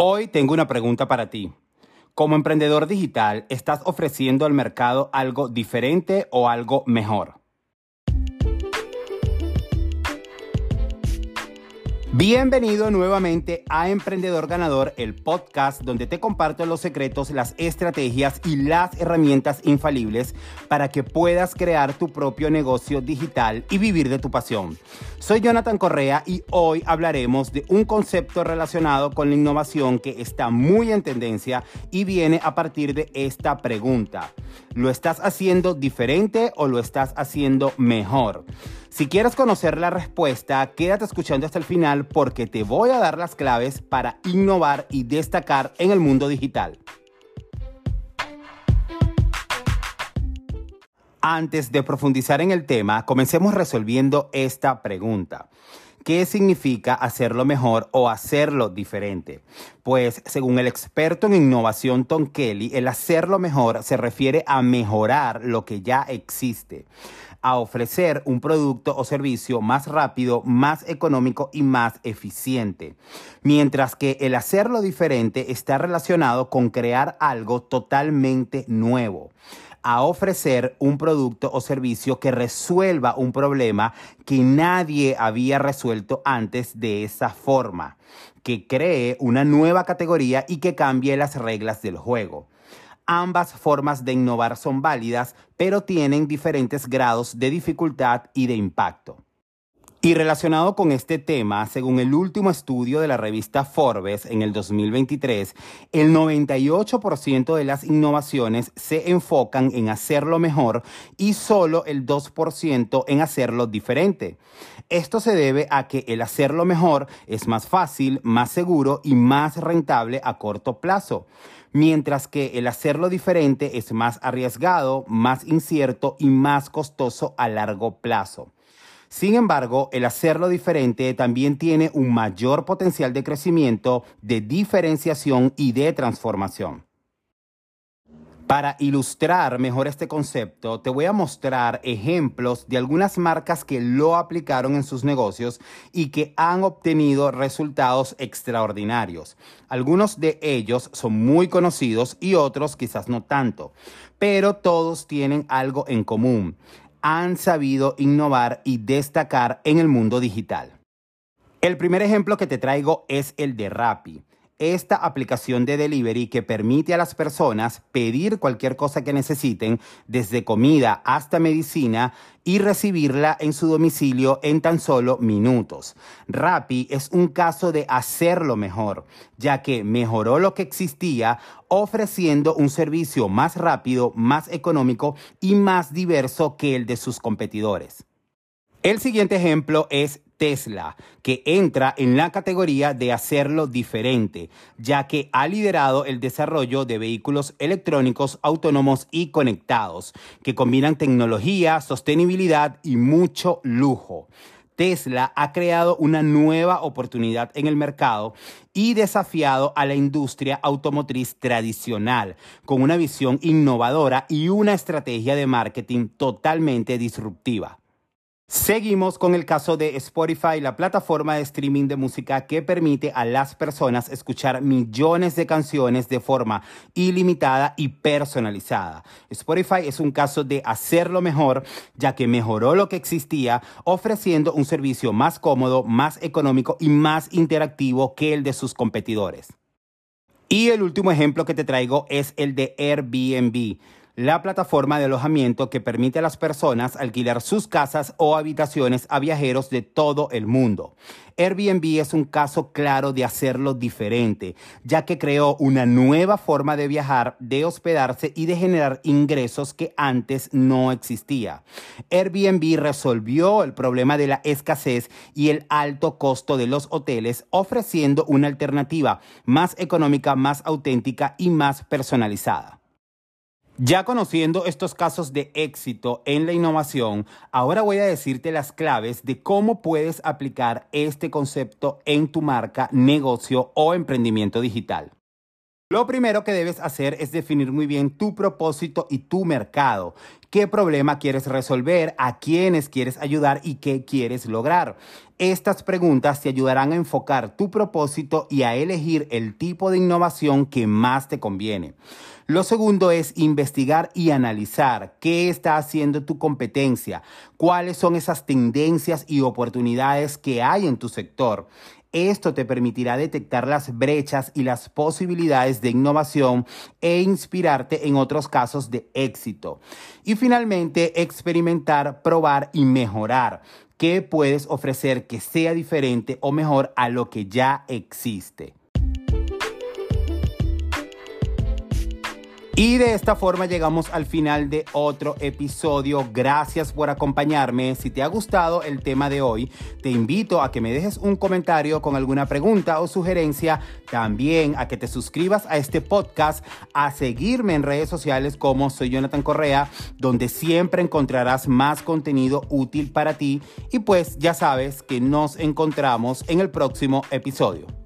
Hoy tengo una pregunta para ti. Como emprendedor digital, ¿estás ofreciendo al mercado algo diferente o algo mejor? Bienvenido nuevamente a Emprendedor Ganador, el podcast donde te comparto los secretos, las estrategias y las herramientas infalibles para que puedas crear tu propio negocio digital y vivir de tu pasión. Soy Jonathan Correa y hoy hablaremos de un concepto relacionado con la innovación que está muy en tendencia y viene a partir de esta pregunta. ¿Lo estás haciendo diferente o lo estás haciendo mejor? Si quieres conocer la respuesta, quédate escuchando hasta el final porque te voy a dar las claves para innovar y destacar en el mundo digital. Antes de profundizar en el tema, comencemos resolviendo esta pregunta. ¿Qué significa hacerlo mejor o hacerlo diferente? Pues según el experto en innovación Tom Kelly, el hacerlo mejor se refiere a mejorar lo que ya existe, a ofrecer un producto o servicio más rápido, más económico y más eficiente. Mientras que el hacerlo diferente está relacionado con crear algo totalmente nuevo, a ofrecer un producto o servicio que resuelva un problema que nadie había resuelto antes de esa forma, que cree una nueva categoría y que cambie las reglas del juego. Ambas formas de innovar son válidas, pero tienen diferentes grados de dificultad y de impacto. Y relacionado con este tema, según el último estudio de la revista Forbes en el 2023, el 98% de las innovaciones se enfocan en hacerlo mejor y solo el 2% en hacerlo diferente. Esto se debe a que el hacerlo mejor es más fácil, más seguro y más rentable a corto plazo, mientras que el hacerlo diferente es más arriesgado, más incierto y más costoso a largo plazo. Sin embargo, el hacerlo diferente también tiene un mayor potencial de crecimiento, de diferenciación y de transformación. Para ilustrar mejor este concepto, te voy a mostrar ejemplos de algunas marcas que lo aplicaron en sus negocios y que han obtenido resultados extraordinarios. Algunos de ellos son muy conocidos y otros quizás no tanto, pero todos tienen algo en común. Han sabido innovar y destacar en el mundo digital. El primer ejemplo que te traigo es el de Rappi. Esta aplicación de delivery que permite a las personas pedir cualquier cosa que necesiten, desde comida hasta medicina, y recibirla en su domicilio en tan solo minutos. Rappi es un caso de hacerlo mejor, ya que mejoró lo que existía, ofreciendo un servicio más rápido, más económico y más diverso que el de sus competidores. El siguiente ejemplo es Tesla, que entra en la categoría de hacerlo diferente, ya que ha liderado el desarrollo de vehículos electrónicos autónomos y conectados, que combinan tecnología, sostenibilidad y mucho lujo. Tesla ha creado una nueva oportunidad en el mercado y desafiado a la industria automotriz tradicional, con una visión innovadora y una estrategia de marketing totalmente disruptiva. Seguimos con el caso de Spotify, la plataforma de streaming de música que permite a las personas escuchar millones de canciones de forma ilimitada y personalizada. Spotify es un caso de hacerlo mejor, ya que mejoró lo que existía, ofreciendo un servicio más cómodo, más económico y más interactivo que el de sus competidores. Y el último ejemplo que te traigo es el de Airbnb, la plataforma de alojamiento que permite a las personas alquilar sus casas o habitaciones a viajeros de todo el mundo. Airbnb es un caso claro de hacerlo diferente, ya que creó una nueva forma de viajar, de hospedarse y de generar ingresos que antes no existía. Airbnb resolvió el problema de la escasez y el alto costo de los hoteles, ofreciendo una alternativa más económica, más auténtica y más personalizada. Ya conociendo estos casos de éxito en la innovación, ahora voy a decirte las claves de cómo puedes aplicar este concepto en tu marca, negocio o emprendimiento digital. Lo primero que debes hacer es definir muy bien tu propósito y tu mercado. ¿Qué problema quieres resolver? ¿A quiénes quieres ayudar? ¿Y qué quieres lograr? Estas preguntas te ayudarán a enfocar tu propósito y a elegir el tipo de innovación que más te conviene. Lo segundo es investigar y analizar qué está haciendo tu competencia, cuáles son esas tendencias y oportunidades que hay en tu sector. Esto te permitirá detectar las brechas y las posibilidades de innovación e inspirarte en otros casos de éxito. Y finalmente, experimentar, probar y mejorar. ¿Qué puedes ofrecer que sea diferente o mejor a lo que ya existe? Y de esta forma llegamos al final de otro episodio. Gracias por acompañarme. Si te ha gustado el tema de hoy, te invito a que me dejes un comentario con alguna pregunta o sugerencia. También a que te suscribas a este podcast, a seguirme en redes sociales como Soy Jonathan Correa, donde siempre encontrarás más contenido útil para ti. Y pues ya sabes que nos encontramos en el próximo episodio.